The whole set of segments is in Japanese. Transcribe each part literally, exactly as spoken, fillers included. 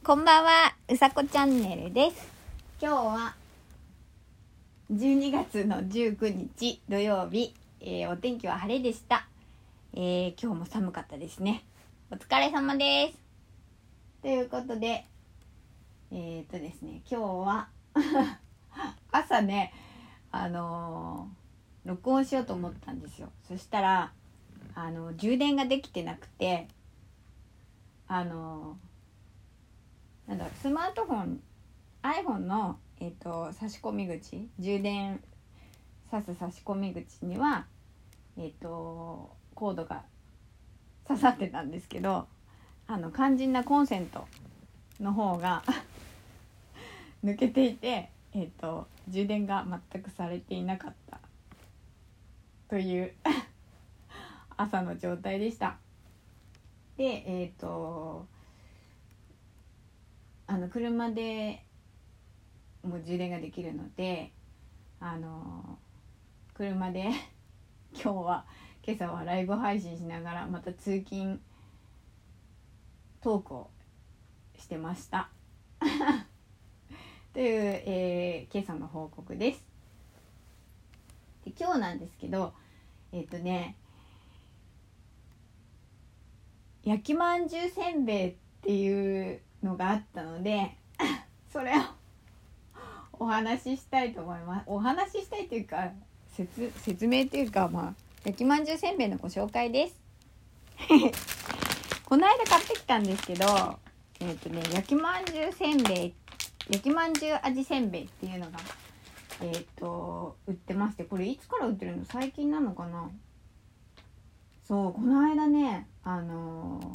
こんばんは、うさこチャンネルです。今日はじゅうにがつのじゅうくにち土曜日、えー、お天気は晴れでした、えー、今日も寒かったですね。お疲れ様です。ということでえー、っとですね今日は朝ねあのー、録音しようと思ったんですよ。そしたらあの充電ができてなくてあのーなんだろうスマートフォン iPhone の、えー、と差し込み口充電さす差し込み口には、えー、とコードが刺さってたんですけど、あの肝心なコンセントの方が抜けていて、えー、と充電が全くされていなかったという朝の状態でした。でえっ、とあの車でもう充電ができるので、あの車で今日は今朝はライブ配信しながらまた通勤トークをしてましたという、えー、今朝の報告です。で今日なんですけどえっ、ー、とね焼きまんじゅうせんべいっていうのがあったのでそれをお話ししたいと思います。お話ししたいというか 説, 説明というか、まあ、焼きまんじゅうせんべいのご紹介ですこの間買ってきたんですけど、えっとね、焼きまんじゅうせんべい焼きまんじゅう味せんべいっていうのが、えっと売ってまして、これいつから売ってるの？最近なのかな。そうこの間ねあのー、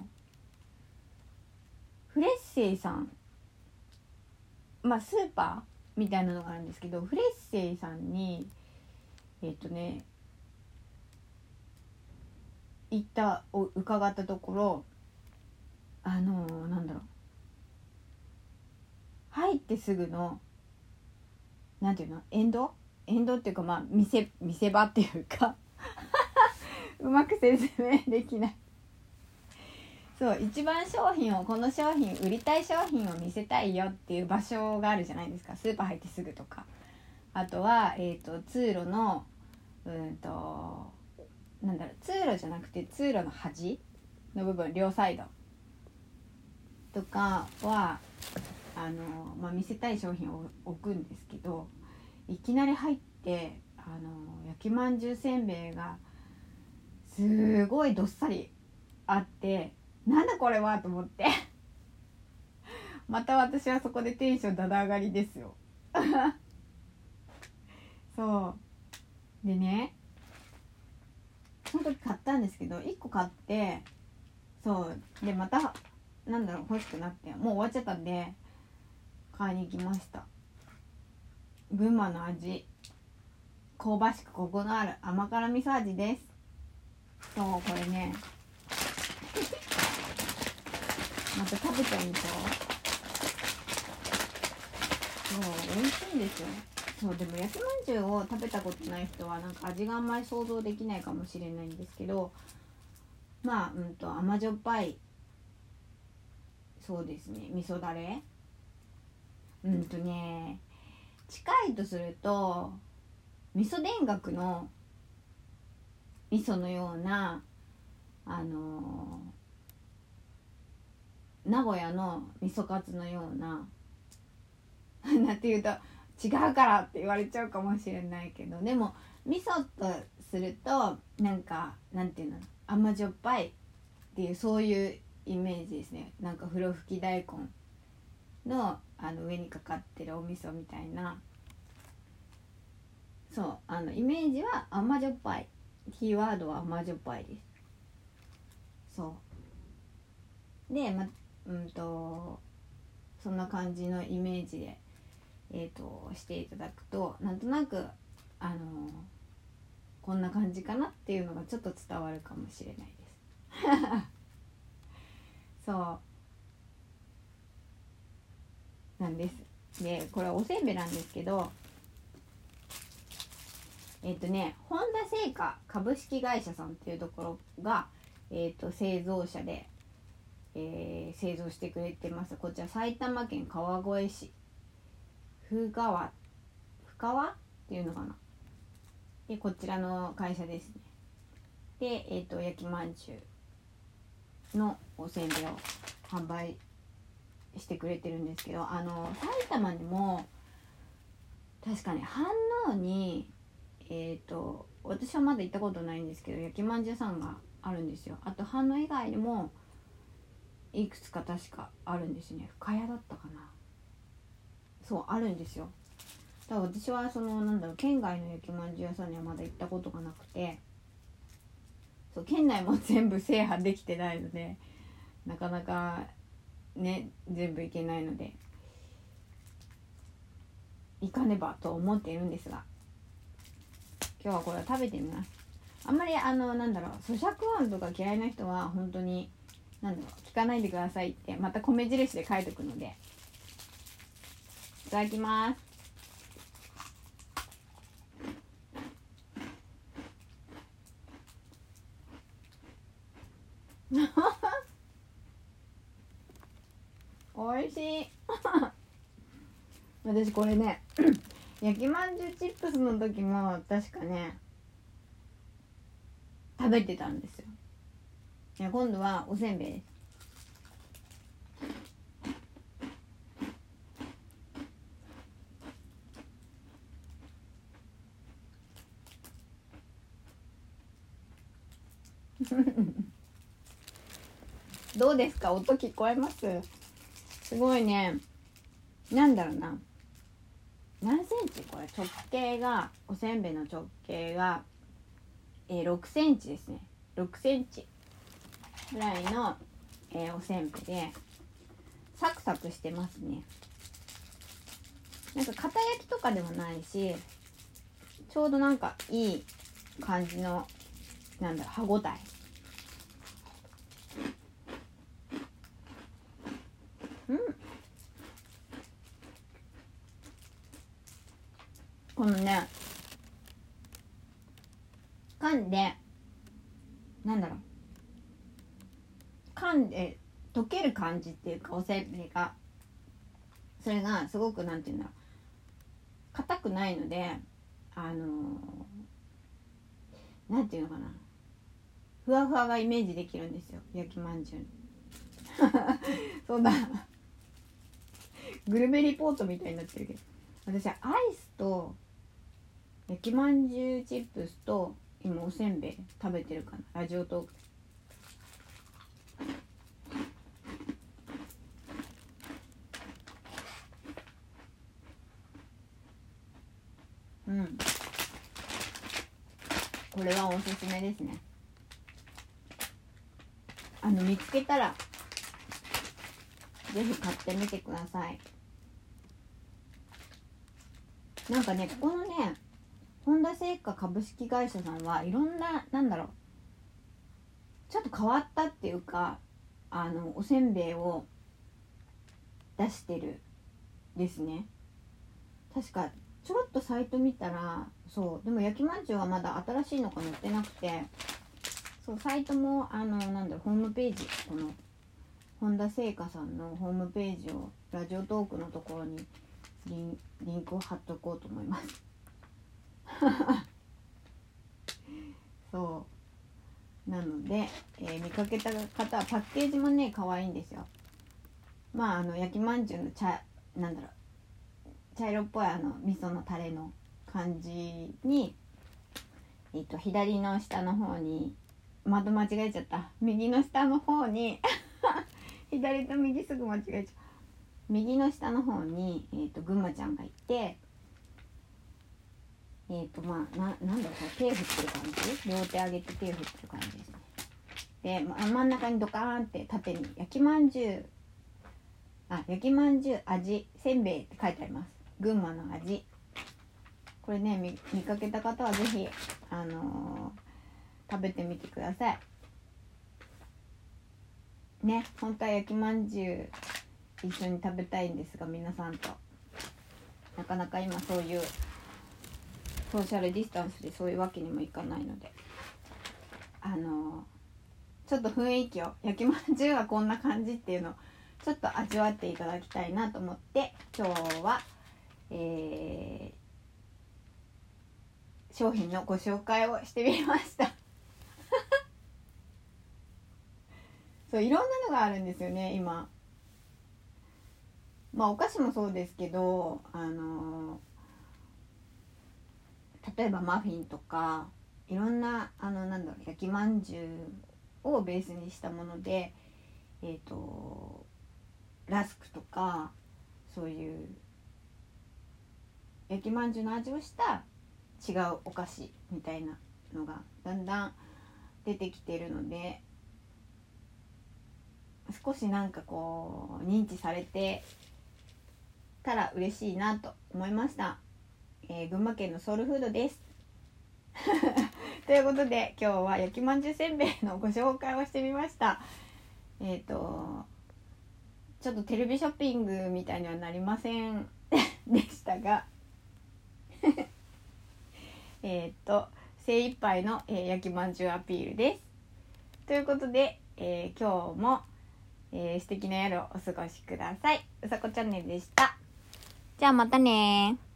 フレッセイさん、まあスーパーみたいなのがあるんですけど、フレッセイさんにえっとね行ったお伺ったところ、あのー、なんだろう入ってすぐのなんていうのエンドエンドっていうか、まあ店見せ場っていうかうまく説明できない。そう一番商品をこの商品売りたい商品を見せたいよっていう場所があるじゃないですか。スーパー入ってすぐとか、あとは、えーと、通路のうんとなんだろう通路じゃなくて通路の端の部分両サイドとかはあの、まあ、見せたい商品を置くんですけど、いきなり入ってあの焼きまんじゅうせんべいがすごいどっさりあって、なんだこれはと思ってまた私はそこでテンションだだ上がりですよそうでねその時買ったんですけどいっこ買って、そうでまたなんだろう欲しくなってもう終わっちゃったんで買いに行きました。群馬の味、香ばしくコクのある甘辛味噌味です。そうこれねまた食べちゃうんでしょ。そう美味しいんですよ。そうでも焼きまんじゅうを食べたことない人はなんか味があんまり想像できないかもしれないんですけど、まあうんと甘じょっぱい、そうですね味噌だれ、うんとね近いとすると味噌田楽の味噌のようなあのー、名古屋の味噌カツのようななんていうと違うからって言われちゃうかもしれないけど、でも味噌とするとなんかなんていうの甘じょっぱいっていうそういうイメージですね。なんか風呂吹き大根のあの上にかかってるお味噌みたいな、そうあのイメージは甘じょっぱい、キーワードは甘じょっぱいです。そうでまうんとそんな感じのイメージでえーとしていただくとなんとなくあのー、こんな感じかなっていうのがちょっと伝わるかもしれないですそうなんです。でこれおせんべいなんですけど、えっ、ー、とね本田製菓株式会社さんっていうところが、えーと製造者で、 えー、製造してくれてます。こちら埼玉県川越市ふがわふかわっていうのかな。でこちらの会社ですね。で、えー、と焼きまんじゅうのおせんべいを販売してくれてるんですけど、あの埼玉にも確かに飯能にえー、と私はまだ行ったことないんですけど焼きまんじゅう屋さんがあるんですよ。あと飯能以外にもいくつか確かあるんですね。深谷だったかな。そうあるんですよ。だから私はそのなんだろう県外の焼きまんじゅう屋さんにはまだ行ったことがなくて、そう県内も全部制覇できてないのでなかなかね全部行けないので行かねばと思っているんですが、今日はこれを食べてみます。あんまりあのなんだろう咀嚼音とか嫌いな人は本当になんだろう聞かないでくださいってまた米印で書いておくので、いただきます。おいしい私これね焼きまんじゅうチップスの時も確かね食べてたんですよ。いや今度はおせんべいです。どうですか、音聞こえます？すごいね、なんだろうな、何センチこれ直径が、おせんべいの直径が、えー、ろくセンチですね。ろくセンチぐらいの、えー、おせんべいでサクサクしてますね。なんか片焼きとかでもないし、ちょうどなんかいい感じのなんだろう歯ごたえ。うん、このね噛んでなんだろう噛んで溶ける感じっていうか、おせんべいがそれがすごくなんていうんだろう硬くないので、あのー、なんていうのかな、ふわふわがイメージできるんですよ、焼きまんじゅうそうだグルメリポートみたいになってるけど、私はアイスと焼きまんじゅうチップスと今おせんべい食べてるかな、ラジオトーク。うん、これはおすすめですね。あの見つけたらぜひ買ってみてください。なんかね、ここのね本田製菓株式会社さんはいろんななんだろうちょっと変わったっていうか、あのおせんべいを出してるですね。確かちょろっとサイト見たら、そうでも焼きまんじゅうはまだ新しいのが載ってなくて、そうサイトもあのなんだろうホームページ、この本田製菓さんのホームページをラジオトークのところにリン、リンクを貼っとこうと思いますそうなので、えー、見かけた方はパッケージもね可愛いんですよ。まああの焼きまんじゅうの茶なんだろう茶色っぽいあの味噌のタレの感じに、えっと左の下の方にまた間違えちゃった、右の下の方に左と右すぐ間違えちゃう。右の下の方に、えー、とぐんまちゃんがいて、えっ、ー、とまあななんだろう手振ってる感じ、両手上げて手振ってる感じですね。で、ま、真ん中にドカーンって縦に焼きまんじゅうあ焼きまんじゅう味せんべいって書いてあります。群馬の味。これね 見, 見かけた方はぜひあのー、食べてみてくださいね。本当は焼きまんじゅう一緒に食べたいんですが、皆さんとなかなか今そういうソーシャルディスタンスでそういうわけにもいかないので、あのちょっと雰囲気を、焼きまんじゅうはこんな感じっていうのをちょっと味わっていただきたいなと思って、今日は、えー、商品のご紹介をしてみましたそう、いろんなのがあるんですよね今。まあお菓子もそうですけど、あのー、例えばマフィンとかいろんな、あのなんだろう、焼きまんじゅうをベースにしたもので、えっとラスクとかそういう焼きまんじゅうの味をした違うお菓子みたいなのがだんだん出てきてるので、少しなんかこう認知されてたら嬉しいなと思いました。えー、群馬県のソウルフードですということで今日は焼きまんじゅうせんべいのご紹介をしてみました。えっとちょっとテレビショッピングみたいにはなりませんでしたがえっと精一杯の、えー、焼きまんじゅうアピールです。ということで、えー、今日も、えー、素敵な夜をお過ごしください。うさこチャンネルでした。じゃあまたね。